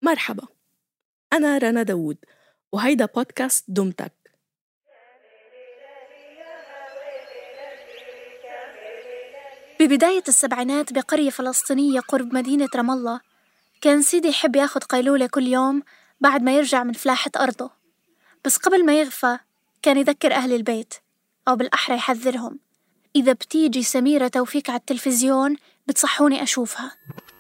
مرحبا، أنا رنا داوود وهيدا بودكاست دمتك. ببداية السبعينات بقرية فلسطينية قرب مدينة رام الله، كان سيدي يحب ياخد قيلولة كل يوم بعد ما يرجع من فلاحة أرضه. بس قبل ما يغفى كان يذكر أهل البيت، أو بالأحرى يحذرهم: إذا بتيجي سميرة توفيق على التلفزيون بتصحوني أشوفها.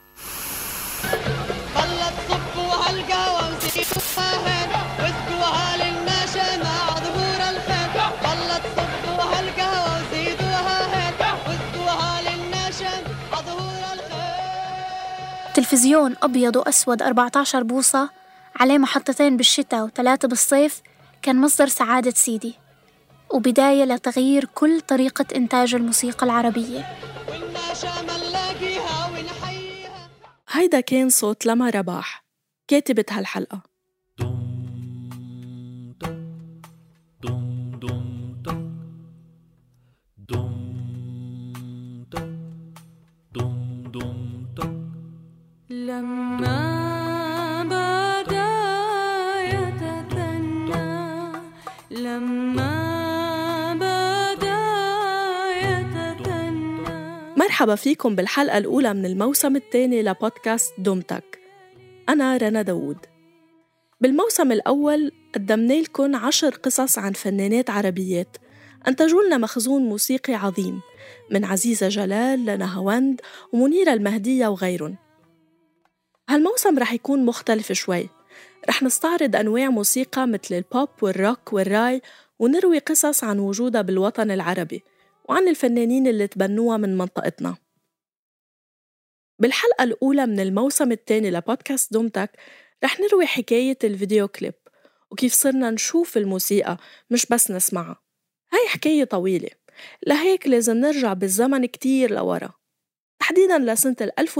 خلت صبوا هالقهوة وزيدوها هين واسقوها للناشا مع ظهور الخير. خلت صبوا هالقهوة وزيدوها هين واسقوها للناشا مع ظهور الخير. تلفزيون أبيض وأسود 14 بوصة عليه محطتين بالشتاء و3 بالصيف كان مصدر سعادة سيدي، وبداية لتغيير كل طريقة إنتاج الموسيقى العربية. والناشا منلاقيها ونحييها. هيدا كان صوت لما رباح كاتبة هالحلقة. لما بدا يتثنى لما بدا يتثنى. مرحبا فيكم بالحلقة الأولى من الموسم الثاني لبودكاست دمتك. أنا رنا داوود. بالموسم الأول قدمنا لكم 10 قصص عن فنانات عربيات أنتجوا لنا مخزون موسيقي عظيم، من عزيزة جلال لنهاوند ومنيرة المهدية وغيرهم. هالموسم رح يكون مختلف شوي، رح نستعرض أنواع موسيقى مثل البوب والروك والراي، ونروي قصص عن وجودها بالوطن العربي وعن الفنانين اللي تبنوها من منطقتنا. بالحلقة الأولى من الموسم الثاني لبودكاست دمتك رح نروي حكاية الفيديو كليب وكيف صرنا نشوف الموسيقى مش بس نسمعها. هاي حكاية طويلة، لهيك لازم نرجع بالزمن كتير لورا، تحديداً لسنة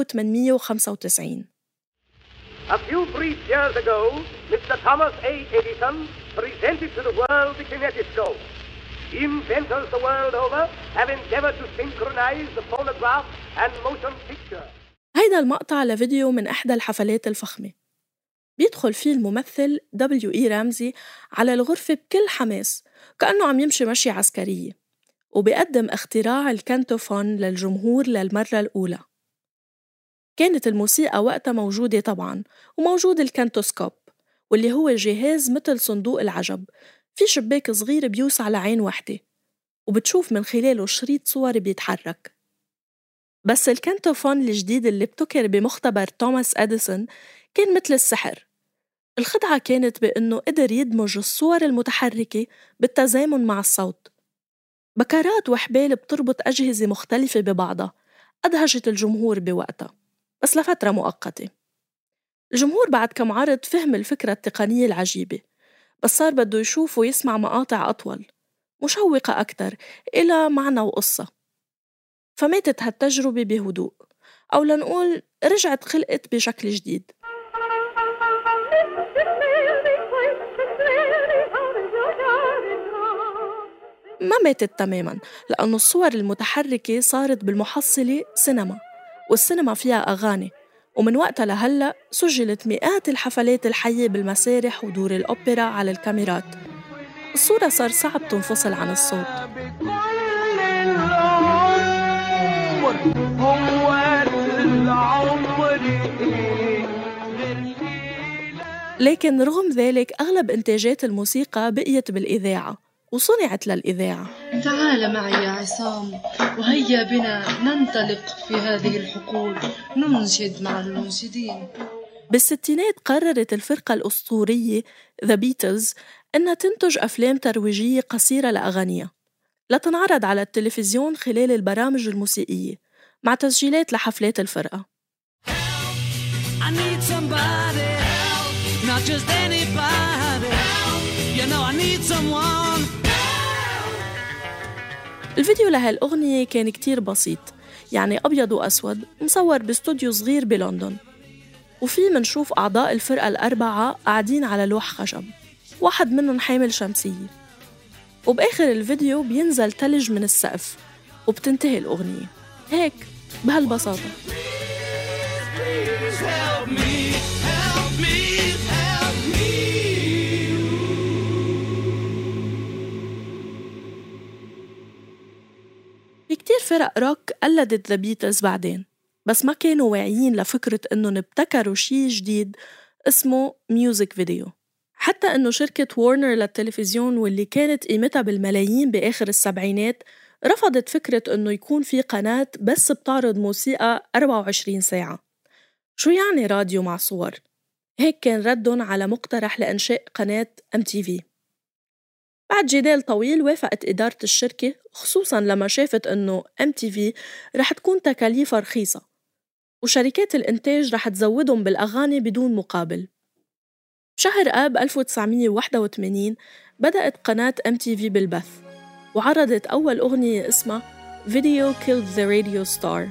1895. A few brief years ago, Mr. Thomas A. Edison presented to the world the kinetoscope. Inventors the world over have endeavored to synchronize the phonograph and motion picture. هيدا المقطع لفيديو من إحدى الحفلات الفخمة، بيدخل فيه الممثل W.E. رامزي على الغرفة بكل حماس كأنه عم يمشي مشي عسكرية، وبيقدم اختراع الكانتوفون للجمهور للمرة الأولى. كانت الموسيقى وقتها موجودة طبعاً، وموجود الكانتوسكوب واللي هو جهاز مثل صندوق العجب، في شباك صغير بيوسع لعين واحدة وبتشوف من خلاله شريط صور بيتحرك. بس الكانتوفون الجديد اللي ابتكر بمختبر توماس أديسون كان مثل السحر. الخدعة كانت بأنه قدر يدمج الصور المتحركة بالتزامن مع الصوت. بكرات وحبال بتربط أجهزة مختلفة ببعضها أدهشت الجمهور بوقتها، بس لفترة مؤقتة. الجمهور بعد كم عرض فهم الفكرة التقنية العجيبة، بس صار بده يشوف ويسمع مقاطع أطول مشوقة أكتر إلى معنى وقصة. فماتت هالتجربة بهدوء، أو لنقول رجعت خلقت بشكل جديد. ما ماتت تماماً، لأن الصور المتحركة صارت بالمحصلة سينما، والسينما فيها أغاني، ومن وقتها لهلأ سجلت مئات الحفلات الحية بالمسارح ودور الأوبرا على الكاميرات. الصورة صار صعب تنفصل عن الصوت. لكن رغم ذلك أغلب إنتاجات الموسيقى بقيت بالإذاعة وصنعت للإذاعة. تعال معي يا عصام، وهيا بنا ننطلق في هذه الحقول، ننشد مع المنشدين. بالستينات قررت الفرقة الأسطورية The Beatles أنها تنتج أفلام ترويجية قصيرة لأغانيها لتنعرض على التلفزيون خلال البرامج الموسيقية مع تسجيلات لحفلات الفرقة. I need somebody help, not just anybody help. You know I need someone help. الفيديو لهالأغنية كان كتير بسيط، يعني أبيض وأسود، مصور باستوديو صغير بلندن، وفيه منشوف أعضاء الفرقة الأربعة قاعدين على لوح خشب، واحد منهم حامل شمسية، وبآخر الفيديو بينزل تلج من السقف وبتنتهي الأغنية هيك بهالبساطة. Please help me, help me. فرق روك قلدت ذا بيتلز بعدين، بس ما كانوا واعيين لفكرة إنهم ابتكروا شي جديد اسمه ميوزك فيديو. حتى إنه شركة وارنر للتلفزيون واللي كانت قيمتها بالملايين بآخر السبعينات رفضت فكرة إنه يكون في قناة بس بتعرض موسيقى 24 ساعة. شو يعني راديو مع صور؟ هيك كان ردهم على مقترح لإنشاء قناة MTV. بعد جدال طويل وافقت إدارة الشركة، خصوصاً لما شافت إنه MTV رح تكون تكاليفها رخيصة وشركات الإنتاج رح تزودهم بالأغاني بدون مقابل. بشهر آب 1981 بدأت قناة MTV بالبث وعرضت أول أغنية اسمها Video Killed the Radio Star.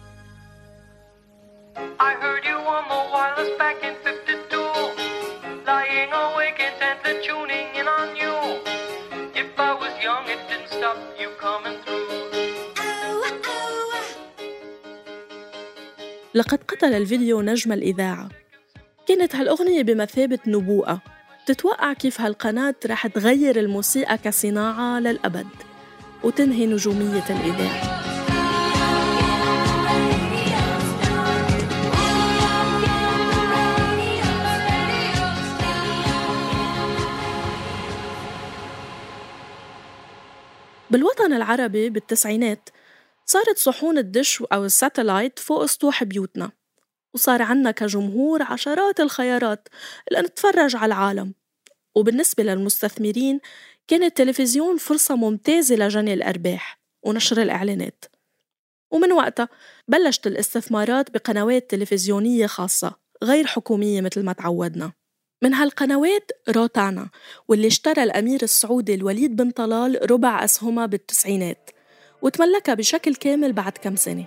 I heard you on the wireless back in 52, lying awake intently tuning in on you. If I was young it didn't stop you coming through. لقد قتل الفيديو نجم الإذاعة. كانت هالأغنية بمثابة نبوءة. تتوقع كيف هالقناة رح تغير الموسيقى كصناعة للأبد وتنهي نجومية الإذاعة. بالوطن العربي بالتسعينات صارت صحون الدش أو الساتلايت فوق سطوح بيوتنا، وصار عنا كجمهور عشرات الخيارات لنتفرج على العالم. وبالنسبة للمستثمرين كان التلفزيون فرصة ممتازة لجني الأرباح ونشر الإعلانات. ومن وقتها بلشت الاستثمارات بقنوات تلفزيونية خاصة غير حكومية مثل ما تعودنا. من هالقنوات روتانا، واللي اشترى الأمير السعودي الوليد بن طلال ربع أسهمها بالتسعينات وتملكها بشكل كامل بعد كم سنة.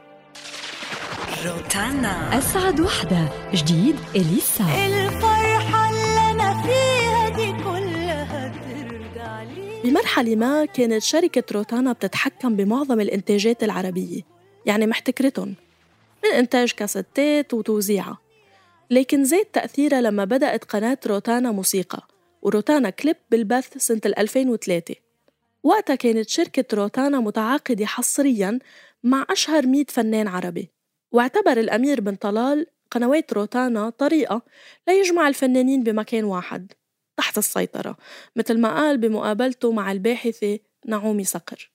روتانا أسعد وحدة، جديد إليسا. الفرحة اللي أنا فيها دي كلها ترجع لي. بمرحلة ما كانت شركة روتانا بتتحكم بمعظم الإنتاجات العربية، يعني محتكرتهم من إنتاج كاسيتات وتوزيعها. لكن زاد تأثيرها لما بدأت قناة روتانا موسيقى وروتانا كليب بالبث سنة 2003. وقتها كانت شركة روتانا متعاقدة حصرياً مع أشهر 100 فنان عربي، واعتبر الأمير بن طلال قنوات روتانا طريقة ليجمع الفنانين بمكان واحد تحت السيطرة، مثل ما قال بمقابلته مع الباحثة نعومي صقر.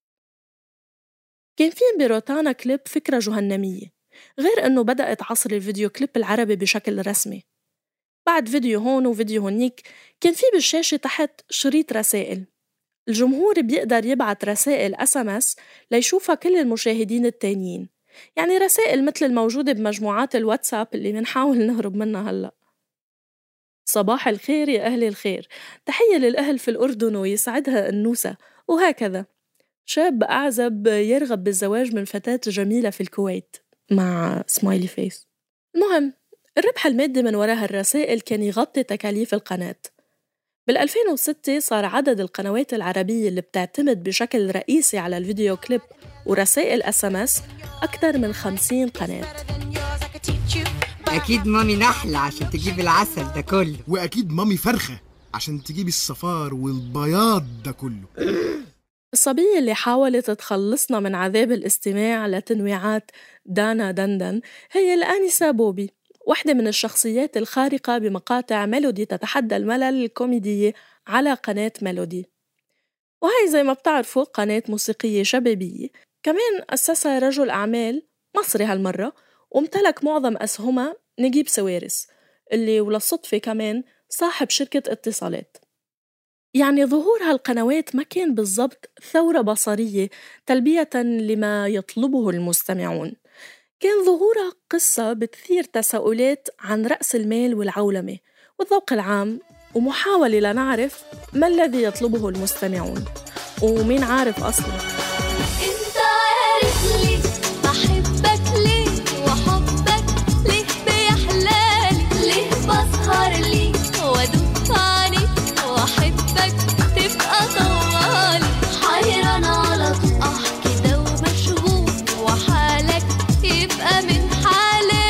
كان في بروتانا كليب فكرة جهنمية، غير أنه بدأت عصر الفيديو كليب العربي بشكل رسمي. بعد فيديو هون وفيديو هونيك كان في بالشاشة تحت شريط رسائل، الجمهور بيقدر يبعت رسائل SMS ليشوفها كل المشاهدين التانيين، يعني رسائل مثل الموجودة بمجموعات الواتساب اللي منحاول نهرب منها هلأ. صباح الخير يا أهل الخير، تحية للأهل في الأردن ويسعدها النوسة، وهكذا. شاب أعزب يرغب بالزواج من فتاة جميلة في الكويت مع سمايلي فيس. المهم الربح المادي من وراء الرسائل كان يغطي تكاليف القناة. بال2006 صار عدد القنوات العربية اللي بتعتمد بشكل رئيسي على الفيديو كليب ورسائل SMS أكثر من 50 قناة. أكيد مامي نحلة عشان تجيب العسل ده كله، وأكيد مامي فرخة عشان تجيب الصفار والبياض ده كله. الصبية اللي حاولت تخلصنا من عذاب الاستماع لتنويعات دانا دندن هي الآنسة بوبي، واحدة من الشخصيات الخارقة بمقاطع ميلودي تتحدى الملل الكوميدية على قناة ميلودي. وهي زي ما بتعرفوا قناة موسيقية شبابية، كمان أسسها رجل أعمال مصري هالمرة وامتلك معظم أسهمها نجيب سوارس اللي وللصدفة كمان صاحب شركة اتصالات. يعني ظهور هالقنوات ما كان بالضبط ثورة بصرية تلبية لما يطلبه المستمعون، كان ظهورها قصة بتثير تساؤلات عن رأس المال والعولمة والذوق العام، ومحاولة لنعرف ما الذي يطلبه المستمعون ومين عارف أصلاً. انت عارف ليه بحبك ليه وحبك ليه بيحلالي ليه بسهر ليه وادوب عليك واحبك تبقى طوالي حيران على طول كده ومشغول وحالك يبقى من حالي.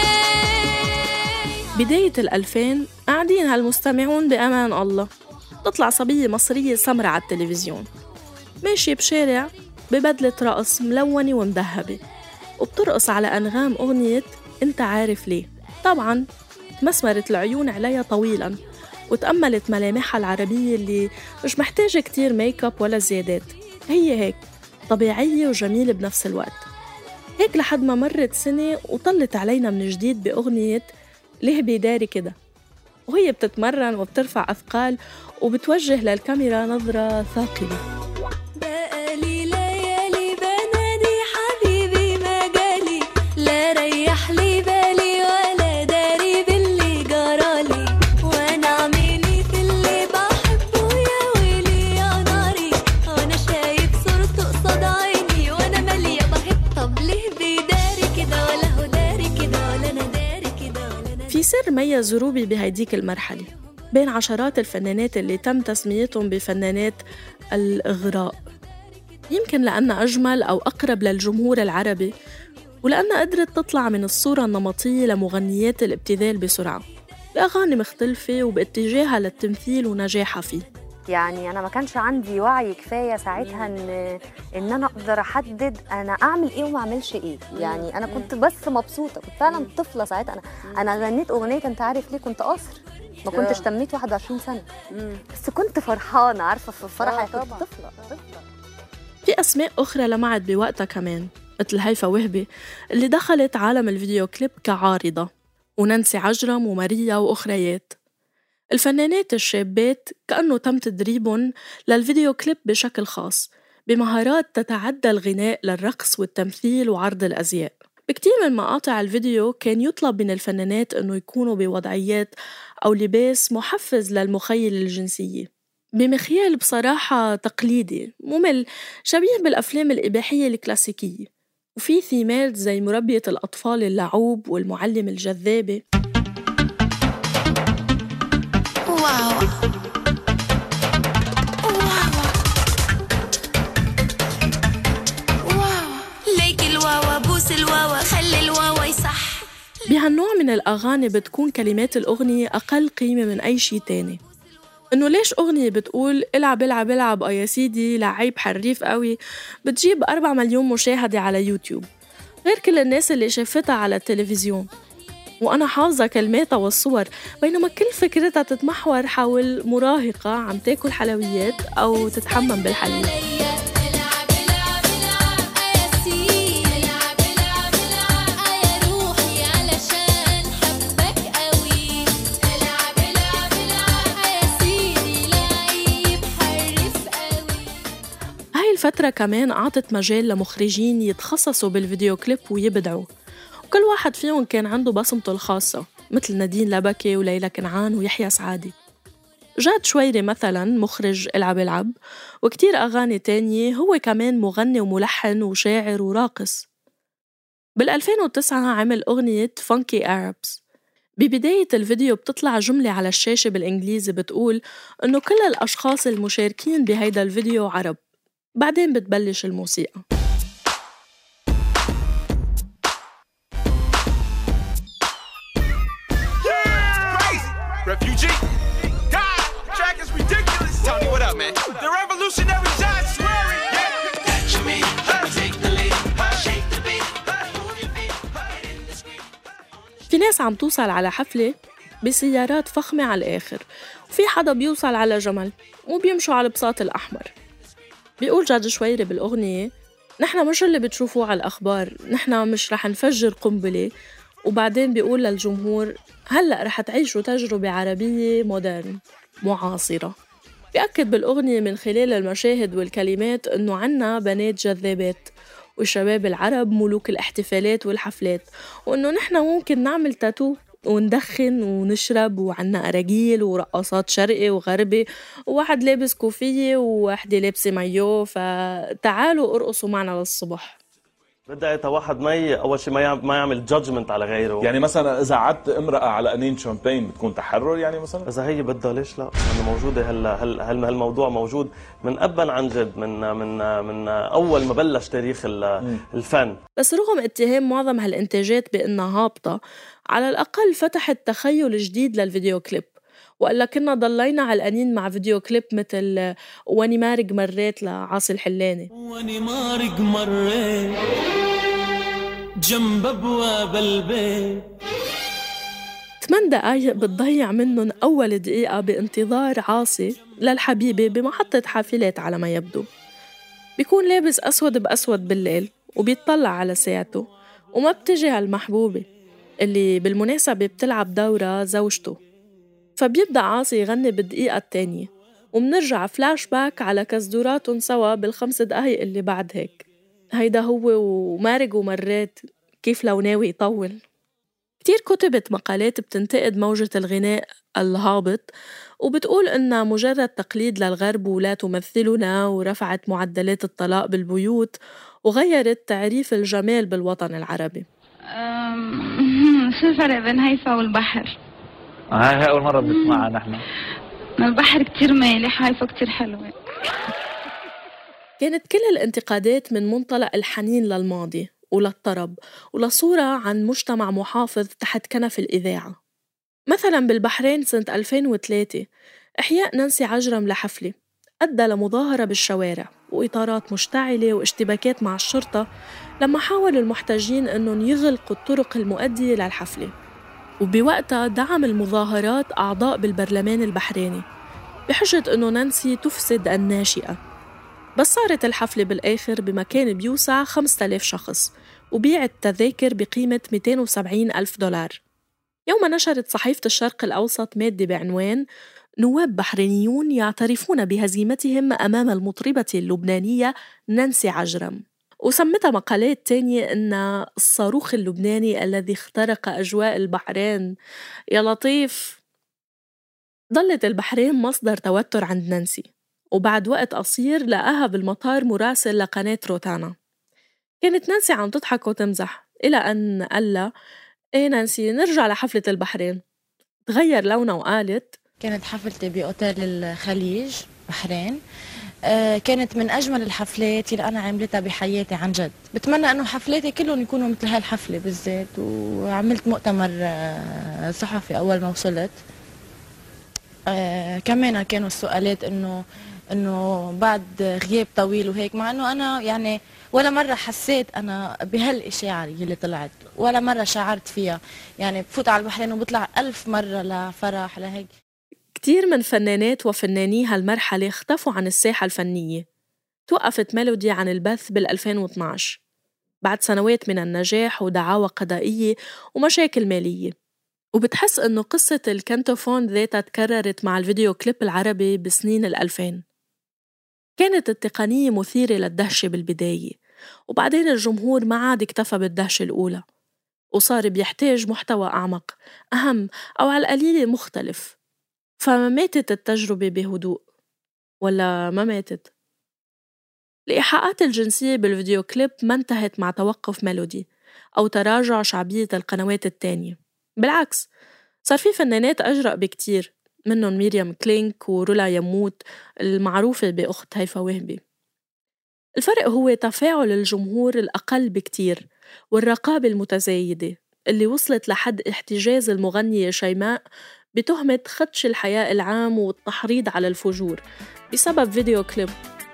بداية 2000 قاعدين هالمستمعون بأمان الله، تطلع صبية مصرية سمرة على التلفزيون ماشية بشارع ببدلة رقص ملونة ومذهبة، وبترقص على أنغام أغنية أنت عارف ليه. طبعاً مسمرت العيون عليها طويلاً وتأملت ملامحها العربية اللي مش محتاجة كتير ميك اب ولا زيادات، هي هيك طبيعية وجميلة بنفس الوقت. هيك لحد ما مرت سنة وطلت علينا من جديد بأغنية ليه بيداري كده، وهي بتتمرن وبترفع أثقال وبتوجه للكاميرا نظرة ثاقبة. بقالي ليالي بنادي حبيبي ما جالي، لا ريح لي بالي ولا داري باللي جرالي، وانا اعملي في اللي بحبه يا ويلي يا ناري، وانا شايف صورته قصاد عيني وانا مالية بحب. طب ليه بيداري كده ولا هو داري كده ولا انا داري كده ولا انا. في سر ميز روبي بهيديك المرحلة بين عشرات الفنانات اللي تم تسميتهم بفنانات الإغراء، يمكن لأنها أجمل أو أقرب للجمهور العربي، ولأنها قدرت تطلع من الصورة النمطية لمغنيات الابتذال بسرعة بأغاني مختلفة وباتجاهها للتمثيل ونجاحها فيه. يعني أنا ما كانش عندي وعي كفاية ساعتها إن أنا أقدر أحدد أنا أعمل إيه وما أعملش إيه. يعني أنا كنت بس مبسوطة، كنت فعلا طفلة ساعتها. أنا غنيت أغنية أنت عارف ليه كنت قصر، ما كنتش تميت 21 سنة، بس كنت فرحانة، عارفة في فرحة كنت طفلة. في أسماء أخرى لمعت بوقتها كمان، مثل هيفا وهبي اللي دخلت عالم الفيديو كليب كعارضة، ونانسي عجرم وماريا وأخريات. الفنانات الشابات كأنه تم تدريبهم للفيديو كليب بشكل خاص بمهارات تتعدى الغناء للرقص والتمثيل وعرض الأزياء. بكتير من مقاطع الفيديو كان يطلب من الفنانات أنه يكونوا بوضعيات أو لباس محفز للمخيلة الجنسية بمخيال بصراحة تقليدي ممل شبيه بالأفلام الإباحية الكلاسيكية، وفي ثيمات زي مربية الأطفال اللعوب والمعلم الجذابة. واو ليك الواوا بوس الواوا خلي الواوا يصح. بهالنوع من الأغاني بتكون كلمات الأغنية أقل قيمة من أي شيء تاني. إنه ليش أغنية بتقول العب العب العب يا سيدي لعيب حريف قوي بتجيب 4 مليون مشاهدة على يوتيوب غير كل الناس اللي شافتها على التلفزيون وأنا حافظة كلماتها والصور، بينما كل فكرتها تتمحور حول مراهقة عم تاكل حلويات أو تتحمم بالحليب. الفترة كمان أعطت مجال لمخرجين يتخصصوا بالفيديو كليب ويبدعوا، وكل واحد فيهم كان عنده بصمته الخاصة، مثل نادين لبكي وليلى كنعان ويحيى سعادي. جاد شويري مثلا مخرج العب العب، وكتير أغاني تانية هو كمان مغني وملحن وشاعر وراقص. بال2009 عمل أغنية Funky Arabs. ببداية الفيديو بتطلع جملة على الشاشة بالإنجليزي بتقول إنه كل الأشخاص المشاركين بهيدا الفيديو عرب. بعدين بتبلش الموسيقى. في ناس عم توصل على حفلة بسيارات فخمة على الآخر، وفي حدا بيوصل على جمل وبيمشوا على البساط الأحمر. بيقول جاد شويري بالأغنية نحن مش اللي بتشوفوه على الأخبار، نحن مش رح نفجر قنبلة. وبعدين بيقول للجمهور هلأ رح تعيشوا تجربة عربية مودرن معاصرة. بيأكد بالأغنية من خلال المشاهد والكلمات إنه عنا بنات جذابات والشباب العرب ملوك الاحتفالات والحفلات، وإنه نحن ممكن نعمل تاتو وندخن ونشرب وعنا أراجيل ورقصات شرقي وغربي وواحد لابس كوفية وواحدة لابسة مايو، فتعالوا ارقصوا معنا للصبح. بدأت واحد أول شيء ما يعمل جادجمنت على غيره. يعني مثلا إذا عدت امرأة على قنين شامبين بتكون تحرر يعني مثلا؟ إذا هي بدها ليش لا؟ أنا موجودة هالموضوع موجود من أبا عن جد من أول ما بلش تاريخ الفن. بس رغم اتهام معظم هالإنتاجات بأنها هابطة، على الأقل فتحت تخيل جديد للفيديو كليب وقال كنا ضلينا علقانين مع فيديو كليب مثل واني مارق مريت لعاصي الحلاني. واني مارق مريت جنب ابواب البيت. 8 دقايق بتضيع منهم أول دقيقة بانتظار عاصي للحبيبة بمحطة حافلات على ما يبدو. بيكون لابس أسود بأسود بالليل وبيتطلع على ساعته وما بتجي هالمحبوبة اللي بالمناسبة بتلعب دورة زوجته. فبيبدأ عاصي يغني بالدقيقة التانية ومنرجع فلاش باك على كزدوراتهم سوا بال5 دقايق اللي بعد هيك. هيدا هو ومارق ومرات كيف لو ناوي يطول. كتير كتبت مقالات بتنتقد موجة الغناء الهابط وبتقول إنها مجرد تقليد للغرب ولا تمثلنا، ورفعت معدلات الطلاق بالبيوت وغيرت تعريف الجمال بالوطن العربي. شو الفرق بين هيفا والبحر؟ هاي أول مرة بنسمعها نحن. البحر كتير مالح، هيفا كتير حلوة. كانت كل الانتقادات من منطلق الحنين للماضي وللطرب ولصورة عن مجتمع محافظ تحت كنف الإذاعة. مثلا بالبحرين سنة 2003 إحياء نانسي عجرم لحفلة أدى لمظاهرة بالشوارع وإطارات مشتعلة واشتباكات مع الشرطة لما حاول المحتجين أنهم يغلقوا الطرق المؤدية للحفلة. وبوقتها دعم المظاهرات أعضاء بالبرلمان البحريني بحجة أنه نانسي تفسد الناشئة. بس صارت الحفلة بالآخر بمكان بيوسع 5000 شخص وبيعت تذاكر بقيمة $270,000. يوم نشرت صحيفة الشرق الأوسط مادة بعنوان نواب بحرينيون يعترفون بهزيمتهم أمام المطربة اللبنانية نانسي عجرم، وسمتها مقالات تانية إن الصاروخ اللبناني الذي اخترق أجواء البحرين. يا لطيف. ضلت البحرين مصدر توتر عند نانسي، وبعد وقت قصير لقاها بالمطار مراسل لقناة روتانا. كانت نانسي عم تضحك وتمزح إلى أن قال إيه نانسي نرجع لحفلة البحرين. تغير لونها وقالت كانت حفلتي بأوتيل الخليج بحرين، كانت من أجمل الحفلات اللي أنا عملتها بحياتي عن جد. بتمنى أنه حفلاتي كلهم يكونوا مثل هالحفلة بالذات. وعملت مؤتمر صحفي أول ما وصلت. كمان كانوا السؤالات انه بعد غياب طويل وهيك، مع انه انا يعني ولا مرة حسيت انا بهالاشاعة اللي طلعت، ولا مرة شعرت فيها. يعني بفوت على البحرين وبطلع 1000 مرة لفرح لهيك. كتير من فنانات وفناني هالمرحلة اختفوا عن الساحة الفنية. توقفت ميلودي عن البث بال2012 بعد سنوات من النجاح ودعاوى قضائية ومشاكل مالية. وبتحس إنه قصة الكانتوفون ذاتها تكررت مع الفيديو كليب العربي بسنين 2000. كانت التقنية مثيرة للدهشة بالبداية، وبعدين الجمهور ما عاد اكتفى بالدهشة الأولى وصار بيحتاج محتوى أعمق أهم أو على القليل مختلف. فما ماتت التجربة بهدوء، ولا ما ماتت؟ الإيحاءات الجنسية بالفيديو كليب ما انتهت مع توقف ميلودي أو تراجع شعبية القنوات التانية. بالعكس، صار في فنانات أجرأ بكتير، منهم ميريام كلينك ورولا يموت المعروفة بأخت هيفا وهبي. الفرق هو تفاعل الجمهور الأقل بكتير والرقابة المتزايدة اللي وصلت لحد احتجاز المغنية شيماء بتهمة خدش الحياء العام والتحريض على الفجور بسبب فيديو كليب.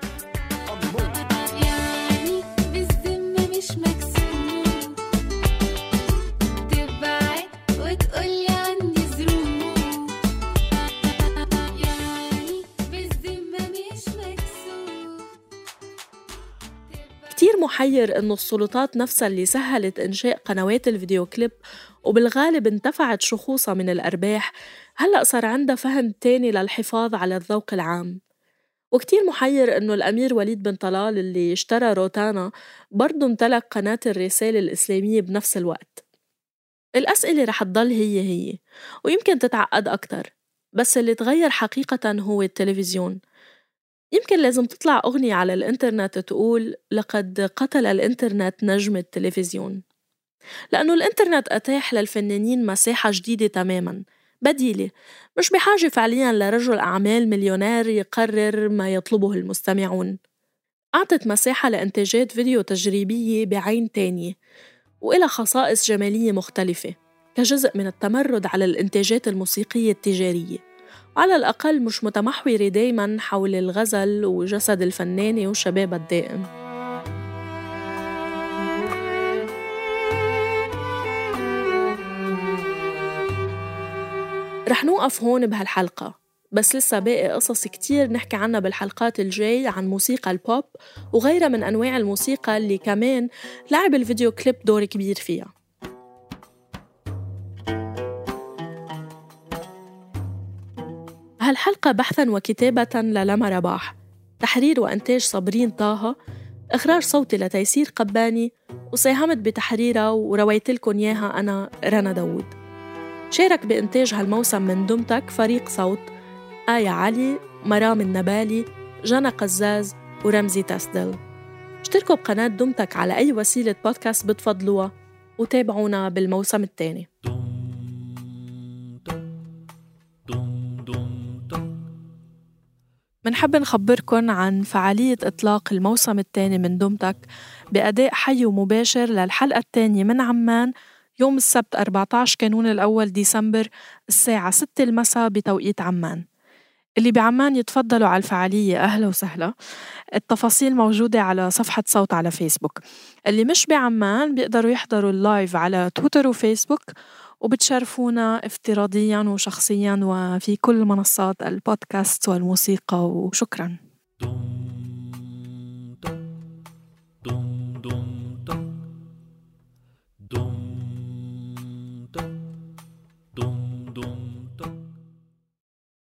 كتير محير إنه السلطات نفسها اللي سهلت إنشاء قنوات الفيديو كليب وبالغالب انتفعت شخوصها من الأرباح هلأ صار عندها فهم تاني للحفاظ على الذوق العام. وكتير محير إنه الأمير وليد بن طلال اللي اشترى روتانا برضو امتلك قناة الرسالة الإسلامية بنفس الوقت. الأسئلة رح تضل هي ويمكن تتعقد أكتر، بس اللي تغير حقيقة هو التلفزيون. يمكن لازم تطلع أغنية على الإنترنت تقول لقد قتل الإنترنت نجم التلفزيون، لأنه الإنترنت أتاح للفنانين مساحة جديدة تماماً بديلة، مش بحاجة فعلياً لرجل أعمال مليونير يقرر ما يطلبه المستمعون. أعطت مساحة لإنتاجات فيديو تجريبية بعين تانية وإلى خصائص جمالية مختلفة كجزء من التمرد على الإنتاجات الموسيقية التجارية. وعلى الأقل مش متمحورة دايماً حول الغزل وجسد الفنانة وشبابها الدائم. رح نوقف هون بهالحلقة، بس لسه باقي قصص كتير نحكي عنها بالحلقات الجاي عن موسيقى البوب وغيرها من أنواع الموسيقى اللي كمان لعب الفيديو كليب دور كبير فيها. هالحلقة بحثاً وكتابة للما رباح، تحرير وإنتاج صابرين طه، إخراج صوتي لتيسير قباني، وساهمت بتحريرها ورويت لكم إياها أنا رنا داود. شارك بإنتاج هالموسم من دمتك فريق صوت آية علي، مرام النبالي، جنى قزاز ورمزي تسدل. اشتركوا بقناة دمتك على أي وسيلة بودكاست بتفضلوها وتابعونا بالموسم الثاني. منحب نخبركن عن فعالية إطلاق الموسم الثاني من دمتك بأداء حي ومباشر للحلقة الثانية من عمان يوم السبت 14 كانون الأول ديسمبر الساعة 6 المساء بتوقيت عمان. اللي بعمان يتفضلوا على الفعالية، أهلا وسهلا. التفاصيل موجودة على صفحة صوت على فيسبوك. اللي مش بعمان بيقدروا يحضروا اللايف على تويتر وفيسبوك، وبتشرفونا افتراضيا وشخصيا وفي كل منصات البودكاست والموسيقى. وشكرا.